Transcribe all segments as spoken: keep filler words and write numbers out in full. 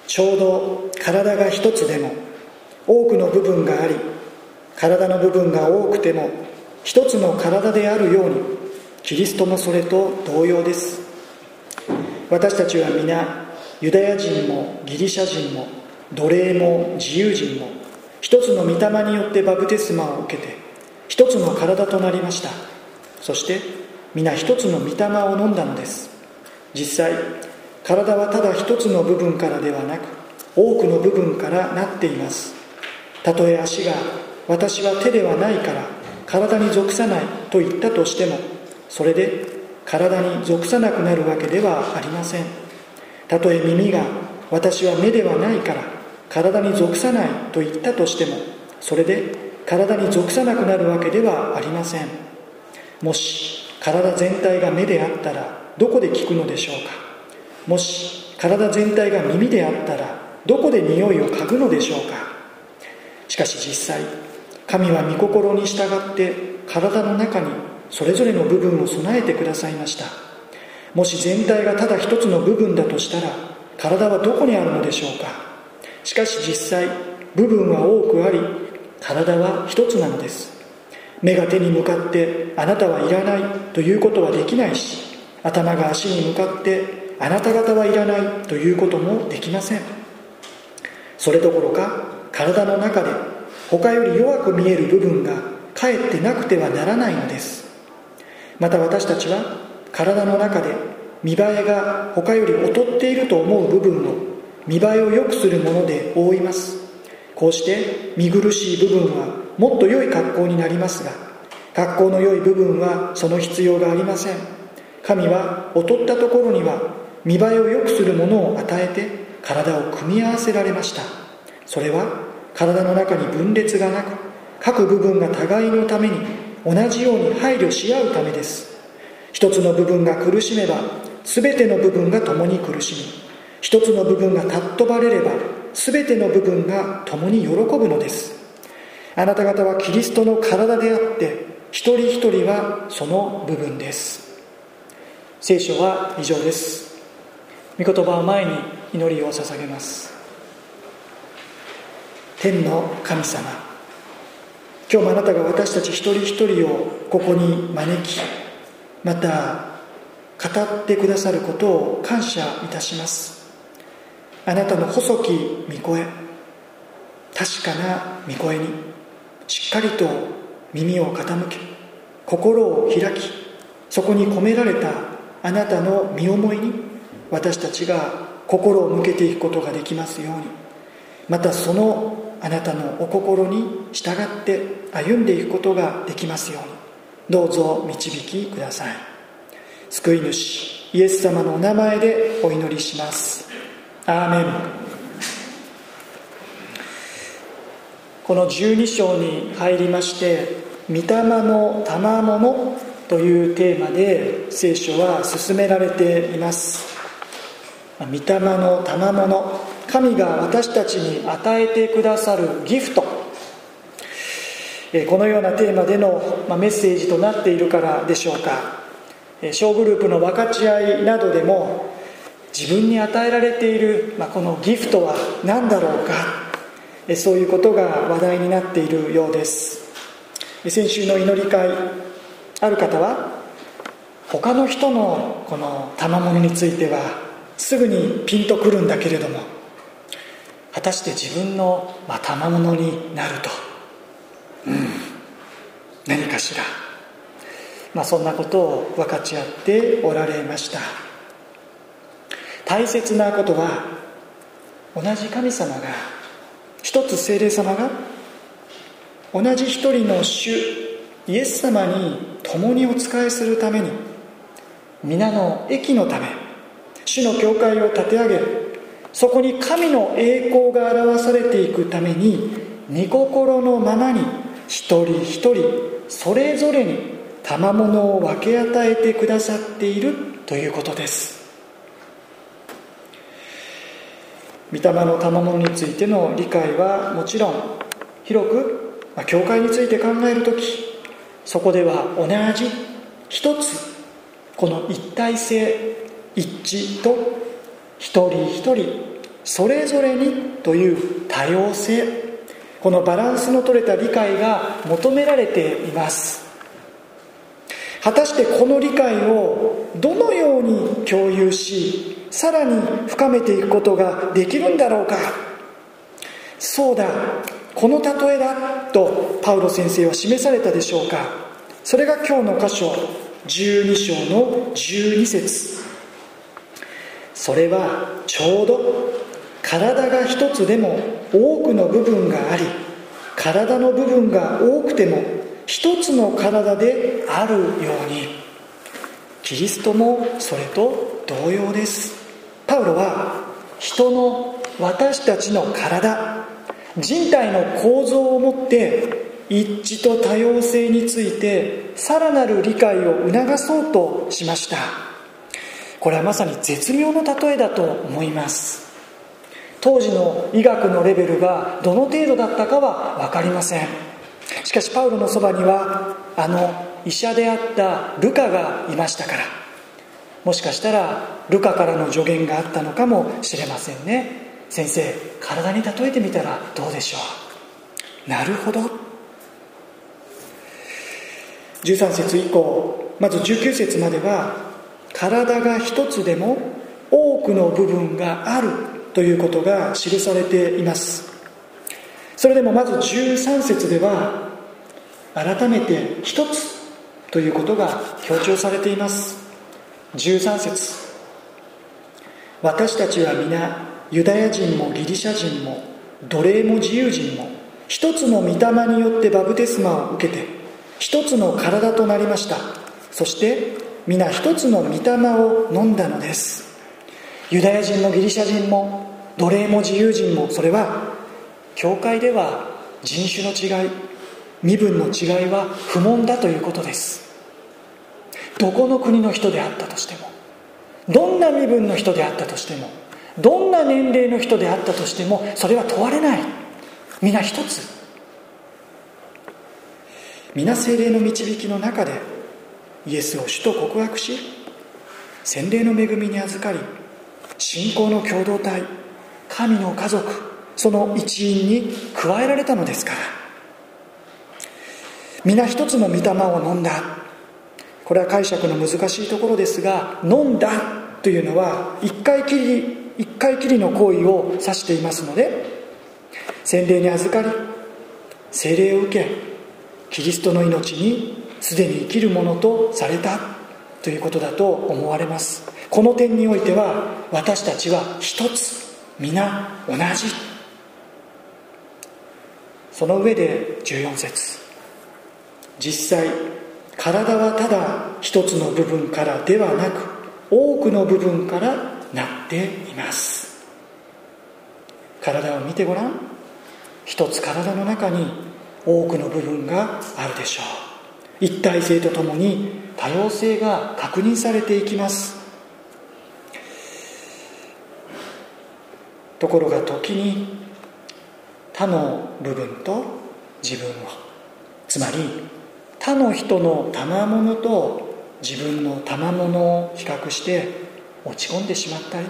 ちょうど体が一つでも多くの部分があり、体の部分が多くても一つの体であるように、キリストもそれと同様です。私たちは皆、ユダヤ人もギリシャ人も奴隷も自由人も一つの御霊によってバプテスマを受けて一つの体となりました。そして皆一つの御霊を飲んだのです。実際体はただ一つの部分からではなく多くの部分からなっています。たとえ足が私は手ではないから体に属さないと言ったとしても、それで体に属さなくなるわけではありません。たとえ耳が私は目ではないから体に属さないと言ったとしても、それで体に属さなくなるわけではありません。もし体全体が目であったらどこで聞くのでしょうか。もし体全体が耳であったらどこで匂いを嗅ぐのでしょうか。しかし実際、神は御心に従って体の中にそれぞれの部分を備えてくださいました。もし全体がただ一つの部分だとしたら体はどこにあるのでしょうか。しかし実際部分は多くあり、体は一つなのです。目が手に向かってあなたはいらないということはできないし、頭が足に向かってあなた方はいらないということもできません。それどころか体の中で他より弱く見える部分がかえってなくてはならないのです。また私たちは体の中で見栄えが他より劣っていると思う部分を見栄えを良くするもので覆います。こうして見苦しい部分はもっと良い格好になりますが、格好の良い部分はその必要がありません。神は劣ったところには見栄えを良くするものを与えて体を組み合わせられました。それは体の中に分裂がなく、各部分が互いのために同じように配慮し合うためです。一つの部分が苦しめば全ての部分が共に苦しみ、一つの部分が尊ばれれば全ての部分が共に喜ぶのです。あなた方はキリストの体であって一人一人はその部分です。聖書は以上です。御言葉を前に祈りを捧げます。天の神様、今日もあなたが私たち一人一人をここに招き、また語ってくださることを感謝いたします。あなたの細き御声、確かな御声にしっかりと耳を傾け、心を開き、そこに込められたあなたの御思いに私たちが心を向けていくことができますように、またそのあなたのお心に従って歩んでいくことができますように、どうぞ導きください。救い主イエス様のお名前でお祈りします。アーメン。このじゅうに章に入りまして、御霊の賜物というテーマで聖書は進められています。御霊の賜物、神が私たちに与えてくださるギフト、このようなテーマでのメッセージとなっているからでしょうか。小グループの分かち合いなどでも、自分に与えられているこのギフトは何だろうか、そういうことが話題になっているようです。先週の祈り会、ある方は他の人のこの賜物についてはすぐにピンとくるんだけれども、果たして自分の賜物になると、うん、何かしら、まあ、そんなことを分かち合っておられました。大切なことは、同じ神様が、一つ聖霊様が同じ一人の主イエス様に共にお仕えするために、皆の益のため主の教会を立て上げ、そこに神の栄光が表されていくために、御心のままに一人一人それぞれに賜物を分け与えてくださっているということです。御霊の賜物についての理解はもちろん広く、まあ、教会について考えるとき、そこでは同じ一つ、この一体性、一致と一人一人それぞれにという多様性、このバランスの取れた理解が求められています。果たしてこの理解をどのように共有し、さらに深めていくことができるんだろうか。そうだ、この例えだとパウロ先生は示されたでしょうか。それが今日の箇所じゅうに章のじゅうに節。それはちょうど体が一つでも多くの部分があり、体の部分が多くても一つの体であるように、キリストもそれと同様です。パウロは人の、私たちの体、人体の構造をもって一致と多様性についてさらなる理解を促そうとしました。これはまさに絶妙の例えだと思います。当時の医学のレベルがどの程度だったかは分かりません。しかしパウロのそばにはあの医者であったルカがいましたから、もしかしたらルカからの助言があったのかもしれませんね。先生、体に例えてみたらどうでしょう。なるほど。じゅうさん節以降、まずじゅうきゅう節までは体が一つでも多くの部分があるということが記されています。それでもまずじゅうさん節では改めて一つということが強調されています。じゅうさん節、私たちは皆ユダヤ人もギリシャ人も奴隷も自由人も一つの御霊によってバプテスマを受けて一つの体となりました。そして皆一つの御霊を飲んだのです。ユダヤ人もギリシャ人も奴隷も自由人も、それは教会では人種の違い、身分の違いは不問だということです。どこの国の人であったとしても、どんな身分の人であったとしても、どんな年齢の人であったとしても、それは問われない。皆一つ。皆聖霊の導きの中でイエスを主と告白し、洗礼の恵みに預かり、信仰の共同体、神の家族、その一員に加えられたのですから。皆一つの御霊を飲んだ。これは解釈の難しいところですが、飲んだというのは一回きり一回きりの行為を指していますので、洗礼に預かり聖霊を受け、キリストの命にすでに生きるものとされたということだと思われます。この点においては私たちは一つ、皆同じ。その上でじゅうよん節、実際体はただ一つの部分からではなく多くの部分からなっています。体を見てごらん。一つ体の中に多くの部分があるでしょう。一体性とともに多様性が確認されていきます。ところが時に他の部分と自分を、つまり他の人の賜物と自分の賜物を比較して落ち込んでしまったり、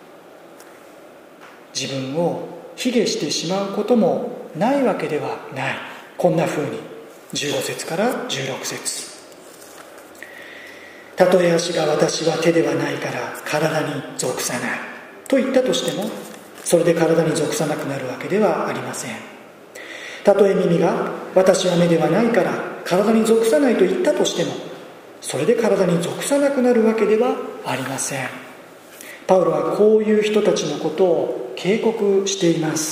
自分を卑下してしまうこともないわけではない。こんなふうにじゅうご節からじゅうろく節、たとえ足が私は手ではないから体に属さないと言ったとしても、それで体に属さなくなるわけではありません。たとえ耳が私は目ではないから体に属さないと言ったとしても、それで体に属さなくなるわけではありません。パウロはこういう人たちのことを警告しています。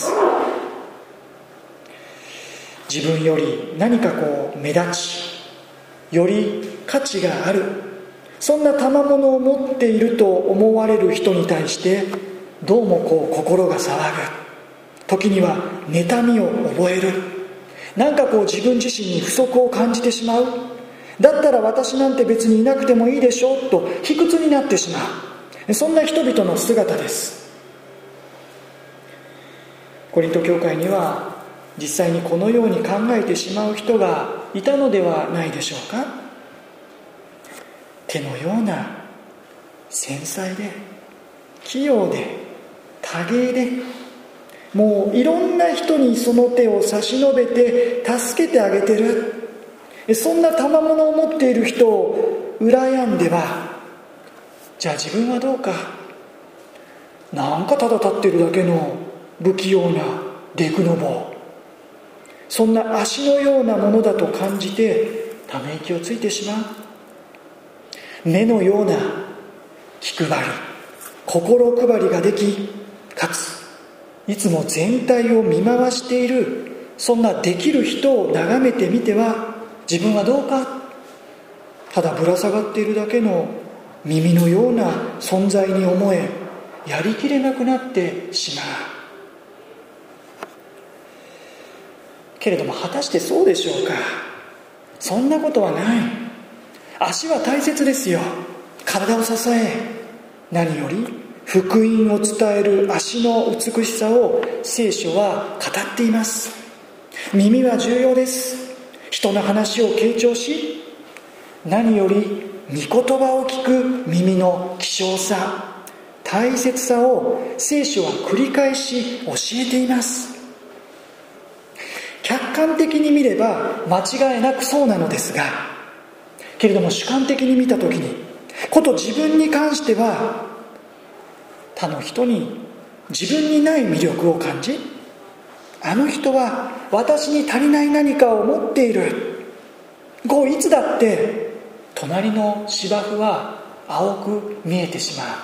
自分より何かこう目立ち、より価値がある、そんな賜物を持っていると思われる人に対してどうもこう心が騒ぐ。時には妬みを覚える。なんかこう自分自身に不足を感じてしまう。だったら私なんて別にいなくてもいいでしょと卑屈になってしまう。そんな人々の姿です。コリント教会には実際にこのように考えてしまう人がいたのではないでしょうか。手のような繊細で器用で多芸で、もういろんな人にその手を差し伸べて助けてあげてる、そんな賜物を持っている人を羨んでは、じゃあ自分はどうか、なんかただ立ってるだけの不器用なデクノボー、そんな足のようなものだと感じてため息をついてしまう。目のような気配り、心配りができ、かついつも全体を見回している、そんなできる人を眺めてみては、自分はどうか、ただぶら下がっているだけの耳のような存在に思え、やりきれなくなってしまう。けれども果たしてそうでしょうか。そんなことはない。足は大切ですよ。体を支え、何より福音を伝える足の美しさを聖書は語っています。耳は重要です。人の話を傾聴し、何より御言葉を聞く耳の希少さ、大切さを聖書は繰り返し教えています。客観的に見れば間違いなくそうなのですが、けれども主観的に見たときに、こと自分に関しては他の人に自分にない魅力を感じ、あの人は私に足りない何かを持っている、こういつだって隣の芝生は青く見えてしまう。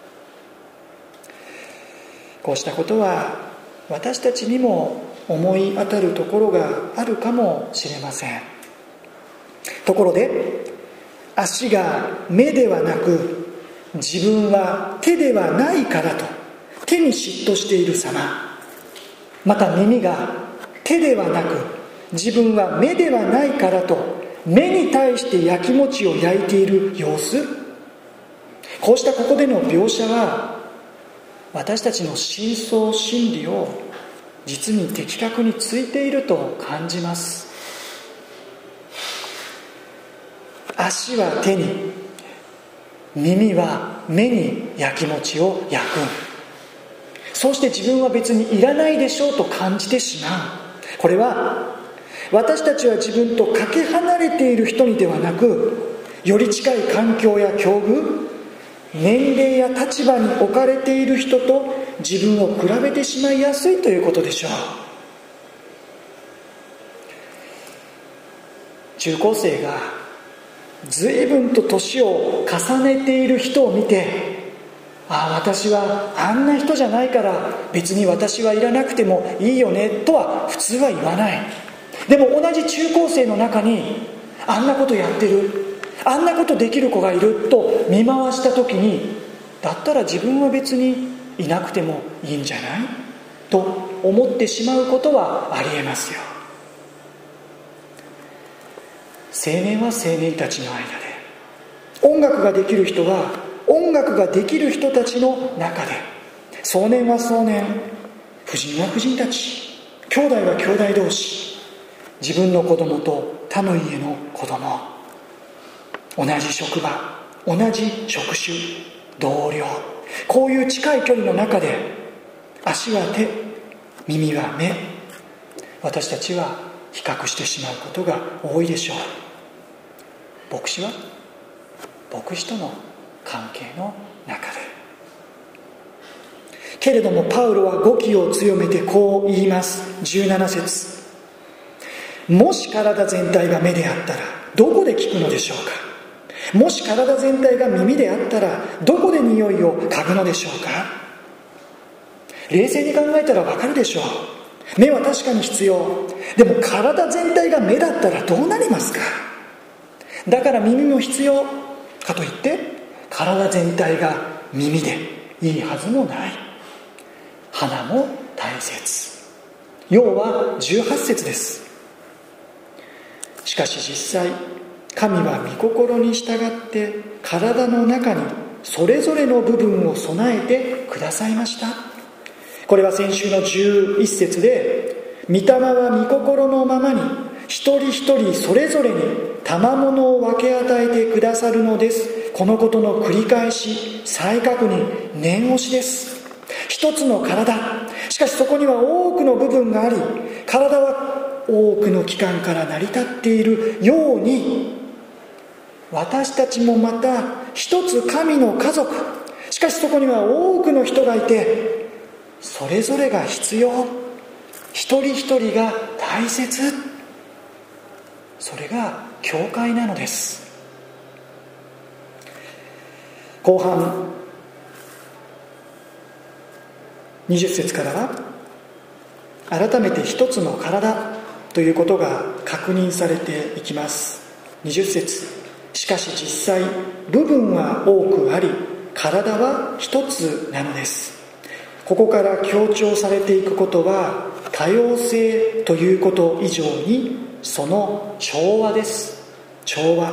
こうしたことは私たちにも思い当たるところがあるかもしれません。ところで、足が目ではなく自分は手ではないからと手に嫉妬している様、また耳が手ではなく自分は目ではないからと目に対して焼き餅を焼いている様子、こうしたここでの描写は私たちの深層心理を実に的確についていると感じます。足は手に、耳は目に焼き餅を焼く。そうして自分は別にいらないでしょうと感じてしまう。これは私たちは自分とかけ離れている人にではなく、より近い環境や境遇、年齢や立場に置かれている人と自分を比べてしまいやすいということでしょう。中高生が随分と年を重ねている人を見て、ああ私はあんな人じゃないから別に私はいらなくてもいいよねとは普通は言わない。でも同じ中高生の中にあんなことやってる、あんなことできる子がいると見回した時に、だったら自分は別にいなくてもいいんじゃないと思ってしまうことはありえますよ。青年は青年たちの間で、音楽ができる人は音楽ができる人たちの中で、壮年は壮年、婦人は婦人たち、兄弟は兄弟同士、自分の子供と他の家の子供、同じ職場、同じ職種、同僚、こういう近い距離の中で、足は手、耳は目、私たちは比較してしまうことが多いでしょう。牧師は牧師との関係の中で。けれどもパウロは語気を強めてこう言います。じゅうなな節、もし体全体が目であったらどこで聞くのでしょうか。もし体全体が耳であったらどこで匂いを嗅ぐのでしょうか。冷静に考えたらわかるでしょう。目は確かに必要。でも体全体が目だったらどうなりますか。だから耳も必要かといって体全体が耳でいいはずもない。鼻も大切。要はじゅうはち節です。しかし実際神は御心に従って体の中にそれぞれの部分を備えてくださいました。これは先週のじゅういち節で、御霊は御心のままに一人一人それぞれに賜物を分け与えてくださるのです。このことの繰り返し、再確認、念押しです。 一つの体。しかしそこには多くの部分があり、体は多くの器官から成り立っているように、私たちもまた一つ神の家族。しかしそこには多くの人がいて、それぞれが必要。一人一人が大切。それが教会なのです。後半にじゅっ節からは、改めて一つの体ということが確認されていきます。にじゅっ節、しかし実際部分は多くあり、体は一つなのです。ここから強調されていくことは、多様性ということ以上にその調和です。調和。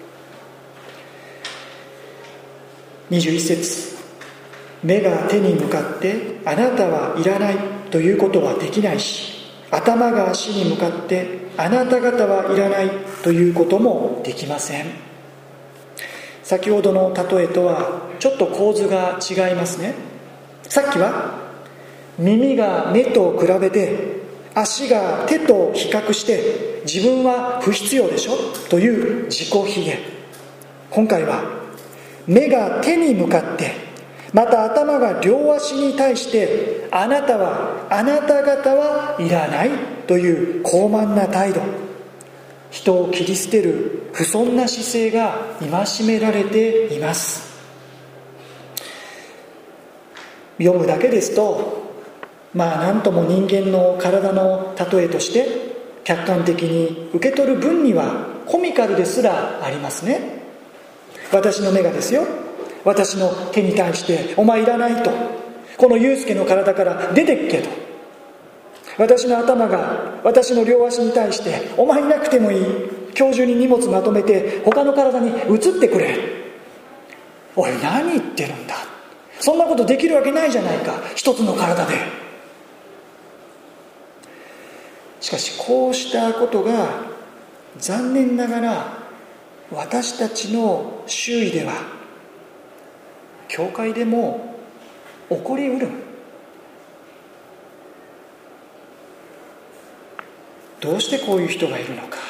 にじゅういち節、目が手に向かってあなたはいらないということはできないし、頭が足に向かってあなた方はいらないということもできません。先ほどの例えとはちょっと構図が違いますね。さっきは耳が目と比べて、足が手と比較して自分は不必要でしょという自己卑下。今回は目が手に向かって、また頭が両足に対してあなたはあなた方はいらないという高慢な態度、人を切り捨てる不遜な姿勢が戒められています。読むだけですと、まあ何とも人間の体の例えとして客観的に受け取る分にはコミカルですらありますね。私の目がですよ、私の手に対してお前いらないと、この祐介の体から出てっけと、私の頭が私の両足に対してお前いなくてもいい、今日中に荷物まとめて他の体に移ってくれ、おい何言ってるんだ、そんなことできるわけないじゃないか、一つの体で。しかしこうしたことが残念ながら私たちの周囲では、教会でも起こりうる。どうしてこういう人がいるのか。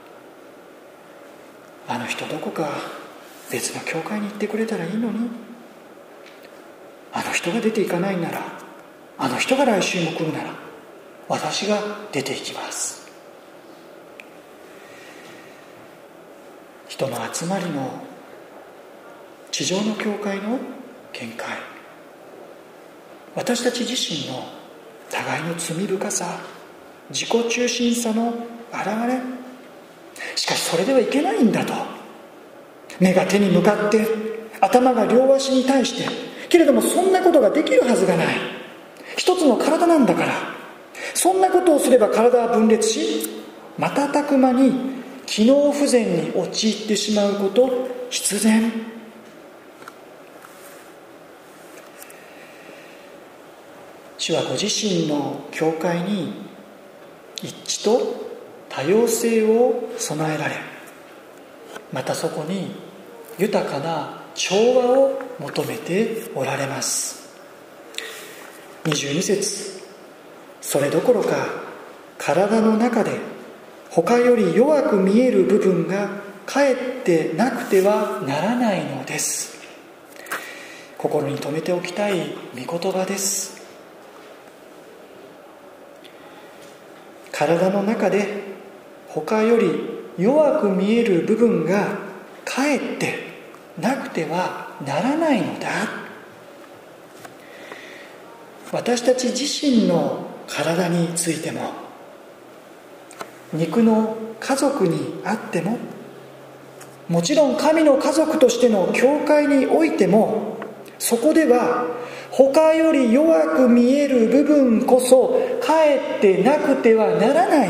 あの人どこか別の教会に行ってくれたらいいのに、あの人が出ていかないなら、あの人が来週も来るなら私が出ていきます。人の集まりの地上の教会の見解、私たち自身の互いの罪深さ、自己中心さの現れ。しかしそれではいけないんだと。目が手に向かって、頭が両足に対して、けれどもそんなことができるはずがない。一つの体なんだから。そんなことをすれば体は分裂し、瞬く間に機能不全に陥ってしまうこと必然。主はご自身の教会に一致と多様性を備えられ、またそこに豊かな調和を求めておられます。にじゅうに節、それどころか体の中で他より弱く見える部分がかえってなくてはならないのです。心に留めておきたい御言葉です。体の中で他より弱く見える部分がかえってなくてはならないのだ。私たち自身の体についても、肉の家族にあっても、もちろん神の家族としての教会においても、そこでは他より弱く見える部分こそかえってなくてはならない。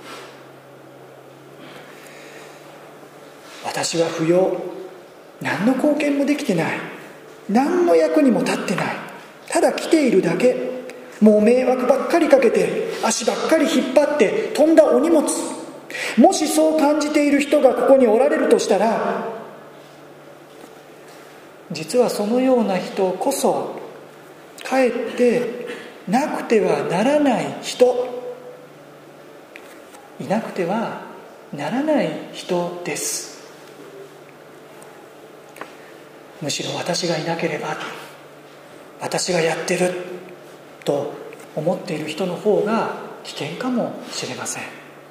私は不要、何の貢献もできてない、何の役にも立ってない、ただ来ているだけ、もう迷惑ばっかりかけて足ばっかり引っ張って飛んだお荷物。もしそう感じている人がここにおられるとしたら、実はそのような人こそかえってなくてはならない人、いなくてはならない人です。むしろ私がいなければ、私がやってると思っている人の方が危険かもしれません。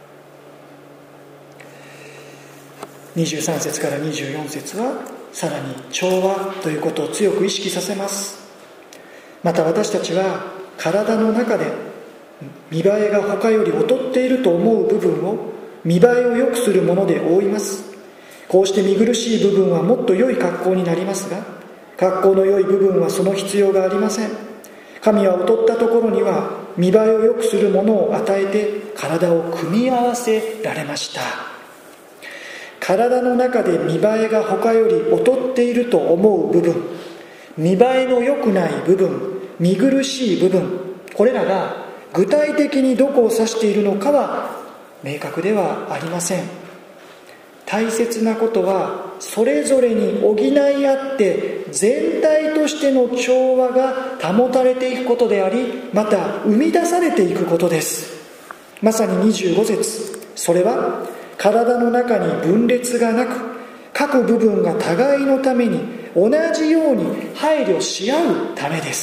にじゅうさん節からにじゅうよん節はさらに調和ということを強く意識させます。また私たちは体の中で見栄えが他より劣っていると思う部分を見栄えを良くするもので覆います。こうして見苦しい部分はもっと良い格好になりますが、格好の良い部分はその必要がありません。神は劣ったところには見栄えを良くするものを与えて体を組み合わせられました。体の中で見栄えが他より劣っていると思う部分、見栄えの良くない部分、見苦しい部分、これらが具体的にどこを指しているのかは明確ではありません。大切なことはそれぞれに補い合って全体としての調和が保たれていくことであり、また生み出されていくことです。まさににじゅうご節、それは体の中に分裂がなく、各部分が互いのために同じように配慮し合うためです。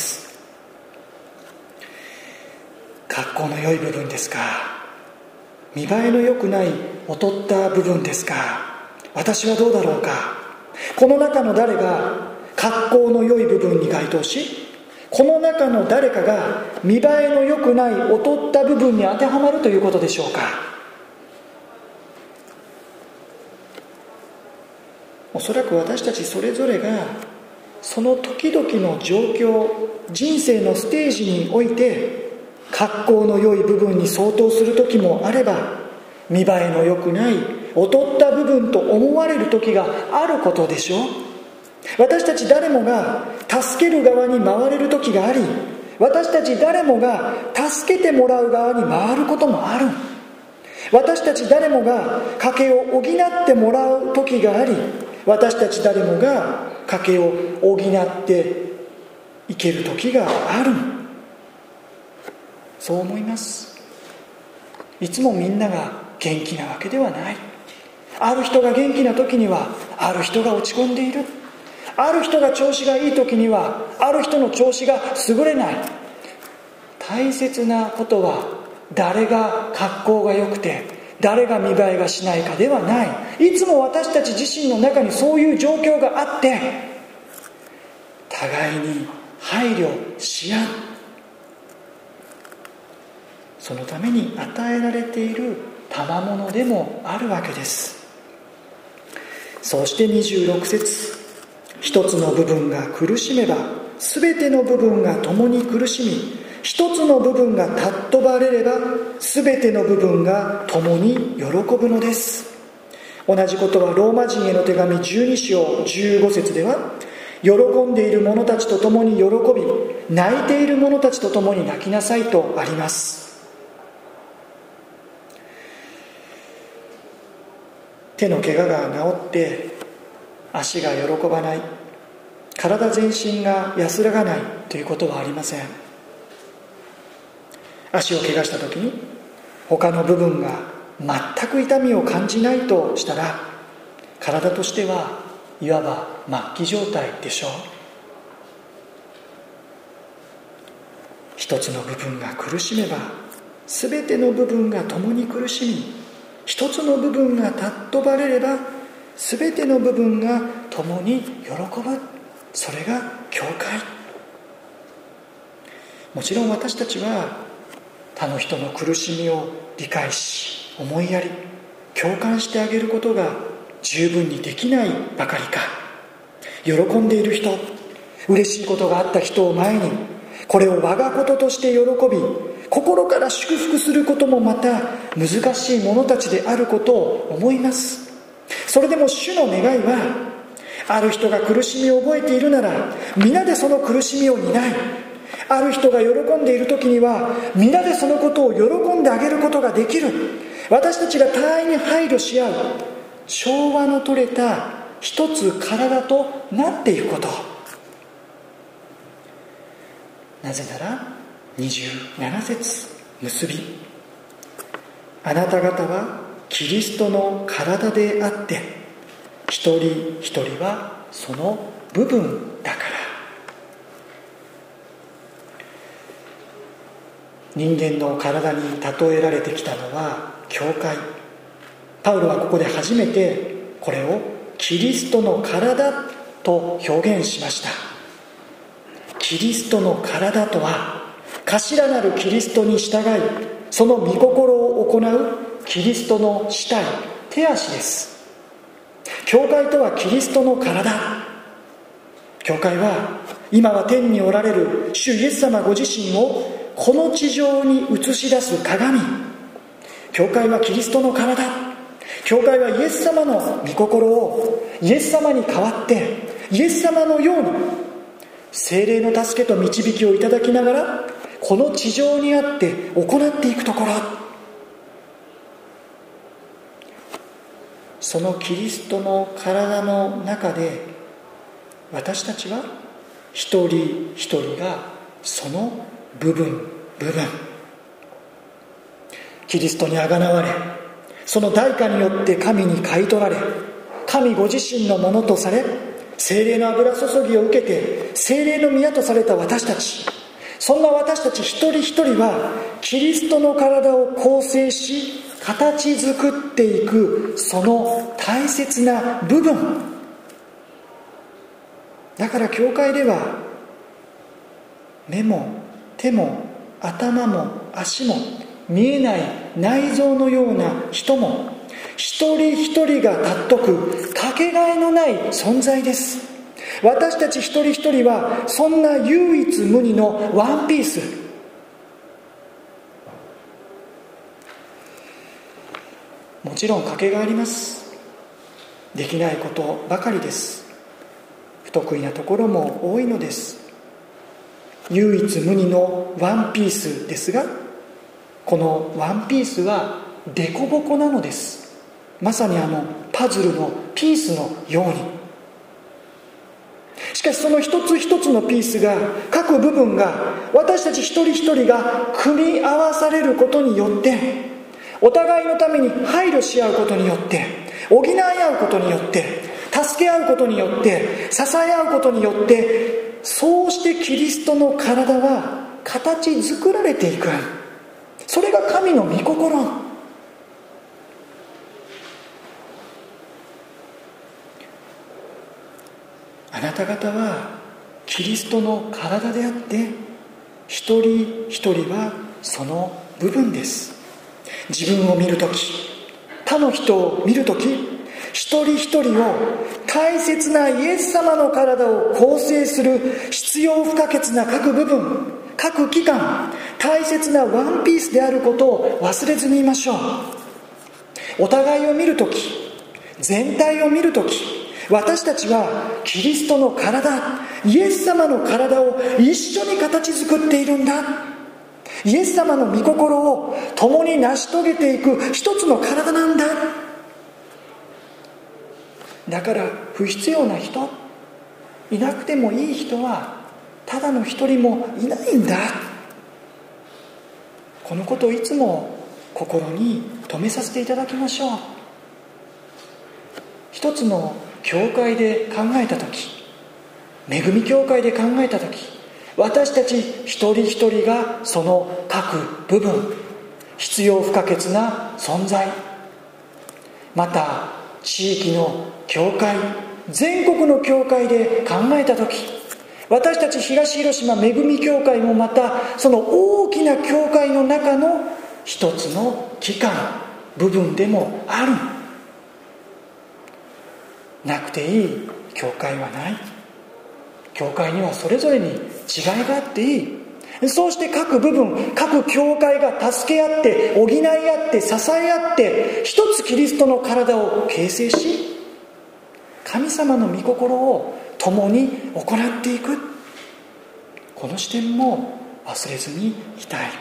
格好の良い部分ですか、見栄えの良くない劣った部分ですか、私はどうだろうか。この中の誰が格好の良い部分に該当し、この中の誰かが見栄えの良くない劣った部分に当てはまるということでしょうか。おそらく私たちそれぞれがその時々の状況、人生のステージにおいて格好の良い部分に相当する時もあれば、見栄えの良くない劣った部分と思われる時があることでしょう。私たち誰もが助ける側に回れる時があり、私たち誰もが助けてもらう側に回ることもある。私たち誰もが家計を補ってもらう時があり、私たち誰もが家計を補っていける時がある。そう思います。いつもみんなが元気なわけではない。ある人が元気な時にはある人が落ち込んでいる。ある人が調子がいい時にはある人の調子が優れない。大切なことは誰が格好が良くて誰が見栄えがしないかではない。いつも私たち自身の中にそういう状況があって、互いに配慮し合う、そのために与えられている賜物でもあるわけです。そしてにじゅうろく節、一つの部分が苦しめば全ての部分が共に苦しみ、一つの部分が尊ばれれば全ての部分が共に喜ぶのです。同じことはローマ人への手紙じゅうに章じゅうご節では、喜んでいる者たちと共に喜び、泣いている者たちと共に泣きなさいとあります。手の怪我が治って足が喜ばない、体全身が安らがないということはありません。足を怪我した時に他の部分が全く痛みを感じないとしたら、体としてはいわば末期状態でしょう。一つの部分が苦しめば全ての部分が共に苦しみ、一つの部分が尊ばれれば全ての部分が共に喜ぶ。それが教会。もちろん私たちは他の人の苦しみを理解し、思いやり共感してあげることが十分にできないばかりか、喜んでいる人、嬉しいことがあった人を前にこれを我がこととして喜び、心から祝福することもまた難しい者たちであることを思います。それでも主の願いは、ある人が苦しみを覚えているなら皆でその苦しみを担い、ある人が喜んでいる時には皆でそのことを喜んであげることができる。私たちが互いに配慮し合う調和の取れた一つ体となっていくこと。 なぜならにじゅうなな節結び、あなた方はキリストの体であって一人一人はその部分だから。人間の体に例えられてきたのは教会。パウロはここで初めてこれをキリストの体と表現しました。キリストの体とは頭なるキリストに従いその御心を行うキリストの肢体、手足です。教会とはキリストの体。教会は今は天におられる主イエス様ご自身をこの地上に映し出す鏡。教会はキリストの体。教会はイエス様の御心をイエス様に代わってイエス様のように聖霊の助けと導きをいただきながらこの地上にあって行っていくところ。そのキリストの体の中で私たちは一人一人がその部分部分キリストにあがなわれ、その代価によって神に買い取られ、神ご自身のものとされ、聖霊の油注ぎを受けて聖霊の宮とされた私たち。そんな私たち一人一人はキリストの体を構成し形作っていくその大切な部分だから、教会では目も手も頭も足も見えない内臓のような人も一人一人が尊くかけがえのない存在です。私たち一人一人はそんな唯一無二のワンピース。もちろんかけがあります。できないことばかりです。不得意なところも多いのです。唯一無二のワンピースですが、このワンピースはデコボコなのです。まさにあのパズルのピースのように。しかしその一つ一つのピースが、各部分が私たち一人一人が組み合わされることによって、お互いのために配慮し合うことによって、補い合うことによって、助け合うことによって、支え合うことによって、そうしてキリストの体は形作られていく。それが神の御心。あなた方はキリストの体であって、一人一人はその部分です。自分を見るとき、他の人を見るとき、一人一人を大切なイエス様の体を構成する必要不可欠な各部分、各器官、大切なワンピースであることを忘れずにいましょう。お互いを見るとき、全体を見るとき、私たちはキリストの体、イエス様の体を一緒に形作っているんだ。イエス様の御心を共に成し遂げていく一つの体なんだ。だから不必要な人、いなくてもいい人はただの一人もいないんだ。このことをいつも心に留めさせていただきましょう。一つの教会で考えたとき、恵み教会で考えたとき、私たち一人一人がその各部分、必要不可欠な存在、また地域の教会、全国の教会で考えたとき、私たち東広島恵み教会もまたその大きな教会の中の一つの機関、部分でもある。なくていい教会はない。教会にはそれぞれに違いがあっていい。そうして各部分、各教会が助け合って、補い合って、支え合って、一つキリストの体を形成し、神様の御心を共に行っていく。この視点も忘れずにいたい。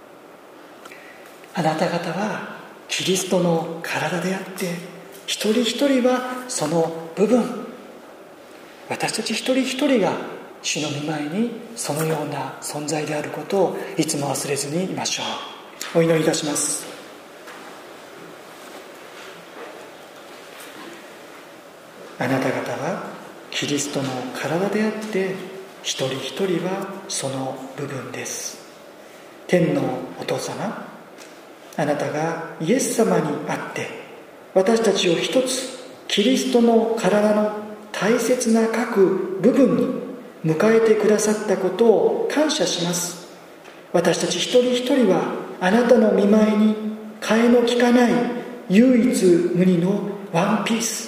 あなた方はキリストの体であって、一人一人はその部分。私たち一人一人が主の御前にそのような存在であることをいつも忘れずにいましょう。お祈りいたします。あなた方はキリストの体であって、一人一人はその部分です。天のお父様、あなたがイエス様にあって私たちを一つキリストの体の大切な各部分に迎えてくださったことを感謝します。私たち一人一人はあなたの御前に替えの利かない唯一無二のワンピース。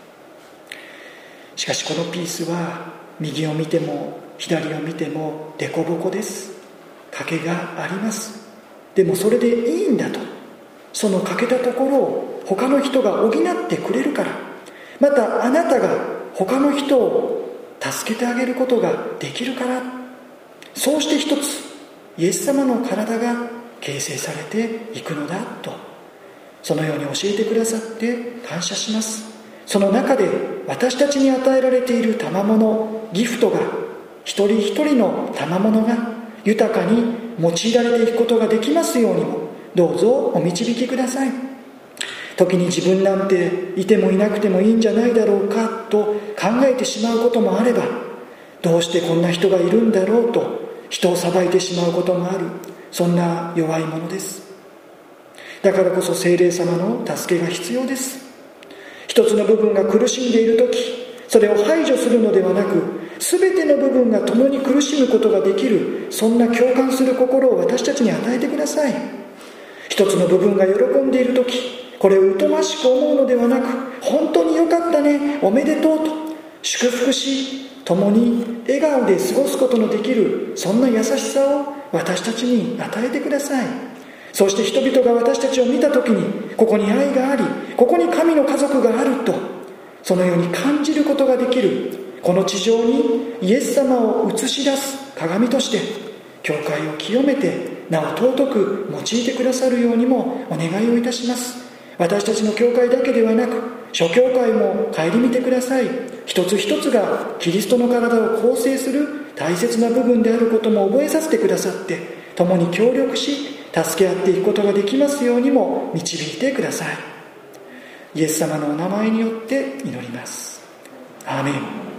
しかしこのピースは右を見ても左を見ても凸凹です。欠けがあります。でもそれでいいんだと、その欠けたところを他の人が補ってくれるから、またあなたが他の人を助けてあげることができるから、そうして一つイエス様の体が形成されていくのだと、そのように教えてくださって感謝します。その中で私たちに与えられている賜物、ギフトが、一人一人の賜物が豊かに用いられていくことができますようにもどうぞお導きください。時に自分なんていてもいなくてもいいんじゃないだろうかと考えてしまうこともあれば、どうしてこんな人がいるんだろうと人を裁いてしまうこともある、そんな弱いものです。だからこそ聖霊様の助けが必要です。一つの部分が苦しんでいるとき、それを排除するのではなく、全ての部分が共に苦しむことができる、そんな共感する心を私たちに与えてください。一つの部分が喜んでいるとき、これを疎ましく思うのではなく、本当によかったね、おめでとうと祝福し、共に笑顔で過ごすことのできる、そんな優しさを私たちに与えてください。そして人々が私たちを見たときに、ここに愛があり、ここに神の家族があると、そのように感じることができる、この地上にイエス様を映し出す鏡として教会を清めてなお尊く用いてくださるようにもお願いをいたします。私たちの教会だけではなく諸教会も顧みてください。一つ一つがキリストの体を構成する大切な部分であることも覚えさせてくださって、共に協力し助け合っていくことができますようにも導いてください。イエス様のお名前によって祈ります。アーメン。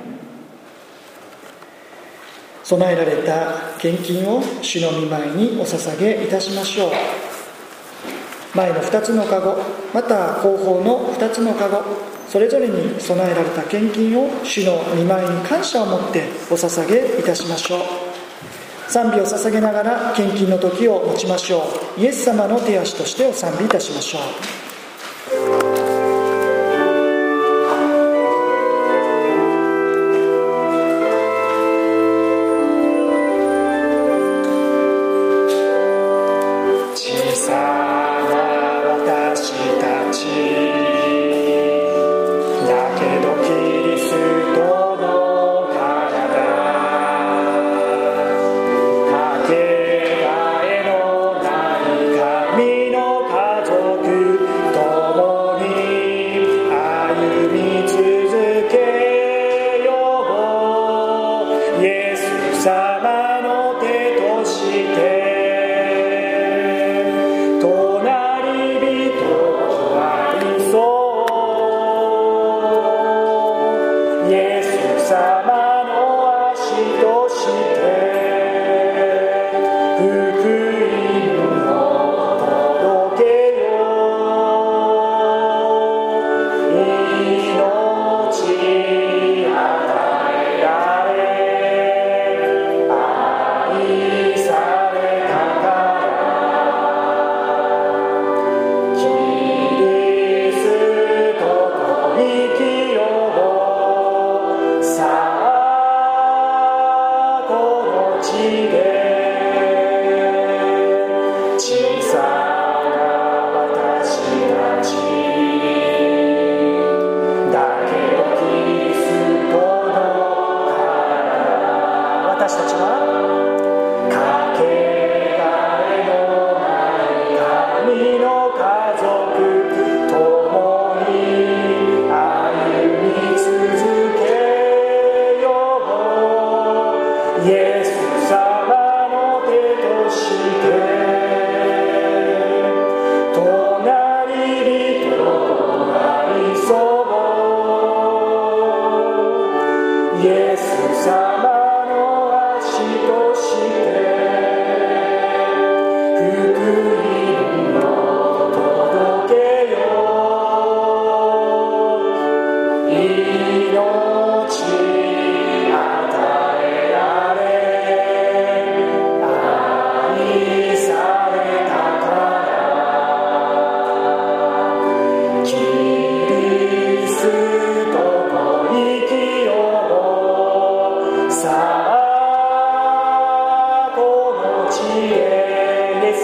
備えられた献金を主の御前にお捧げいたしましょう。前のふたつのかご、また後方のふたつのかご、それぞれに備えられた献金を主の御前に感謝を持ってお捧げいたしましょう。賛美を捧げながら献金の時を持ちましょう。イエス様の手足としてお賛美いたしましょう。神の家族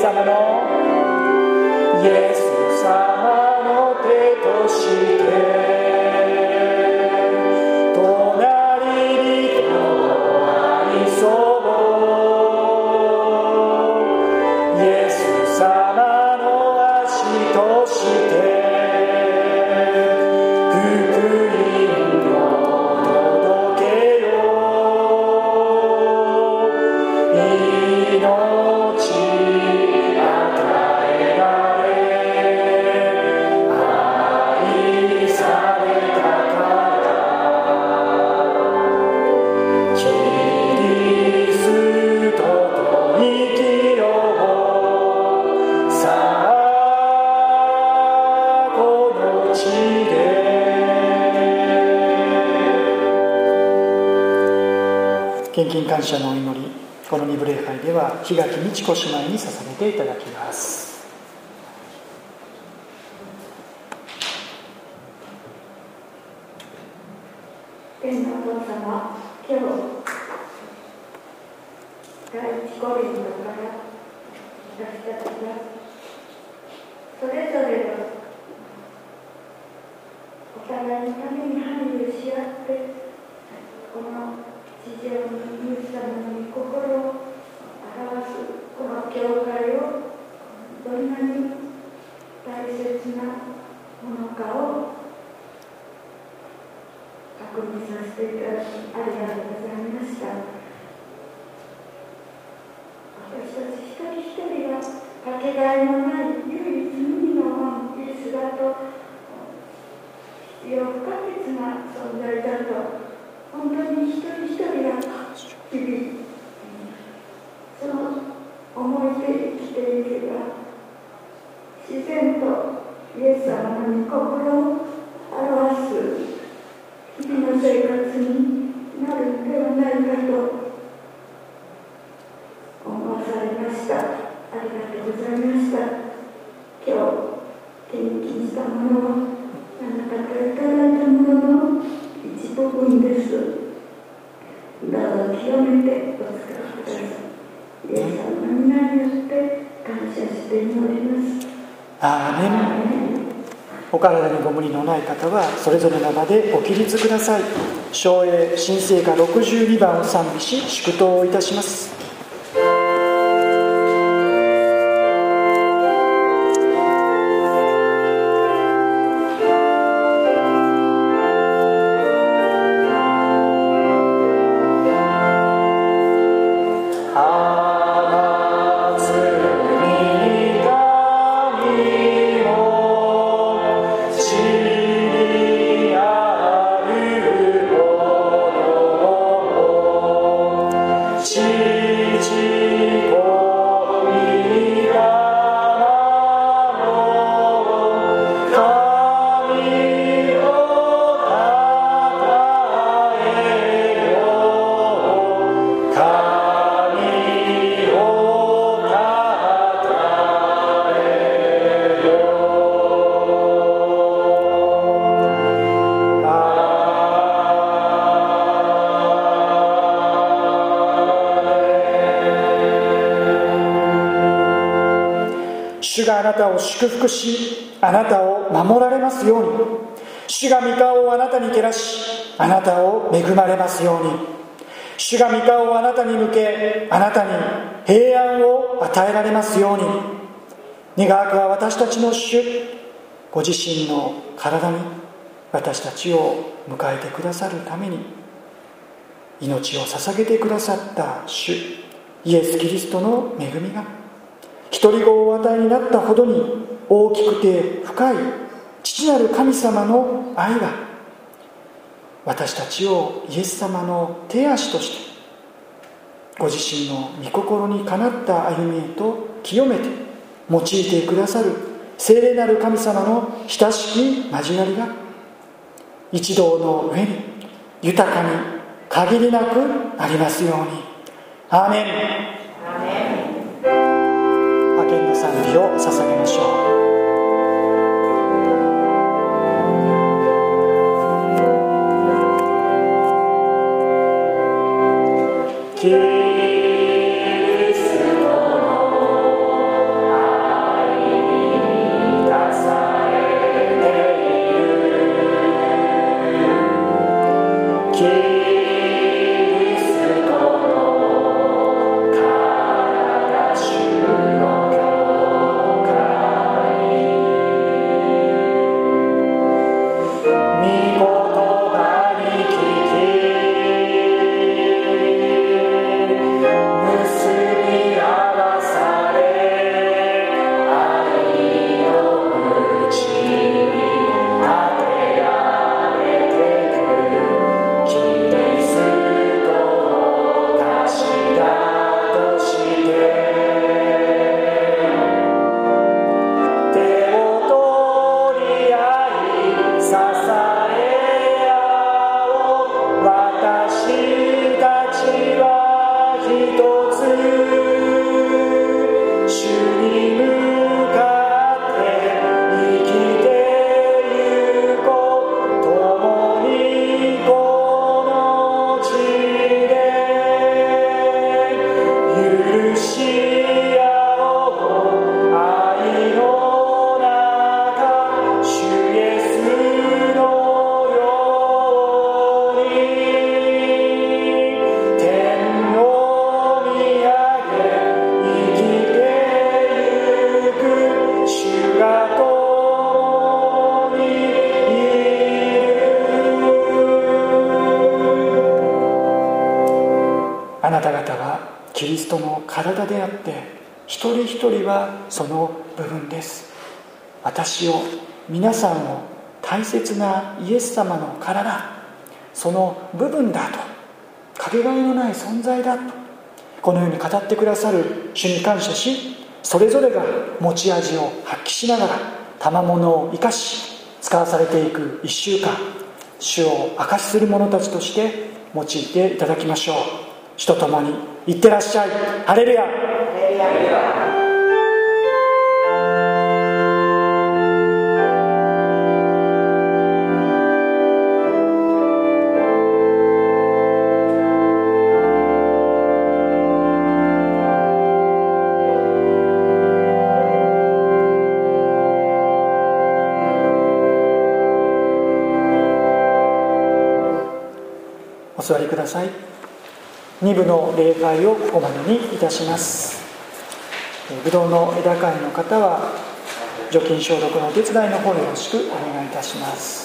ス様のイエス様の手として隣人の愛想をイエス様の足として献金感謝のお祈り、この二部礼拝では檜垣美智子姉妹に捧げていただきます。 天のお父様、今日第一コリントから私たちがそれぞれのお互いのために配慮し合って、この地上にイエス様の御心を表すこの教会をどんなに大切なものかを確認させていただきありがとうございました。私たち一人一人がかけがえのない唯一無二の門イエスだと必要不可欠な存在だと本当に一人一人が日々その思いで生きていけば自然とイエス様の御心を表す日々の生活になるのではないかと思わされました。ありがとうございました。今日献金したものはあなたからいただいたものの一部分です。どうぞ清めてお使いください。イエス様の皆によって感謝して祈ります。 アーメン。お体にご無理のない方はそれぞれの場でご起立ください。唱詠新聖歌ろくじゅうにばんを賛美し祝祷をいたします。主があなたを祝福し、あなたを守られますように。主が御顔をあなたに照らし、あなたを恵まれますように。主が御顔をあなたに向け、あなたに平安を与えられますように。願わくは私たちの主、ご自身の体に私たちを迎えてくださるために命を捧げてくださった主イエス・キリストの恵みが、一人子をお与えになったほどに大きくて深い父なる神様の愛が、私たちをイエス様の手足としてご自身の御心にかなった歩みへと清めて用いてくださる聖霊なる神様の親しき交わりが一同の上に豊かに限りなくありますように。アーメン。 アーメン。 派遣の賛美を捧げましょう。キリストのリストの体であって、一人一人はその部分です。私を、皆さんを大切なイエス様の体、その部分だと、かけがえのない存在だと、このように語ってくださる主に感謝し、それぞれが持ち味を発揮しながら賜物を生かし使わされていく一週間、主を証しする者たちとして用いていただきましょう。主と共にいってらっしゃい。ハレルヤ。お座りください。に部の礼拝をここまでにいたします。ぶどうの枝会の方は除菌消毒のお手伝いの方よろしくお願いいたします。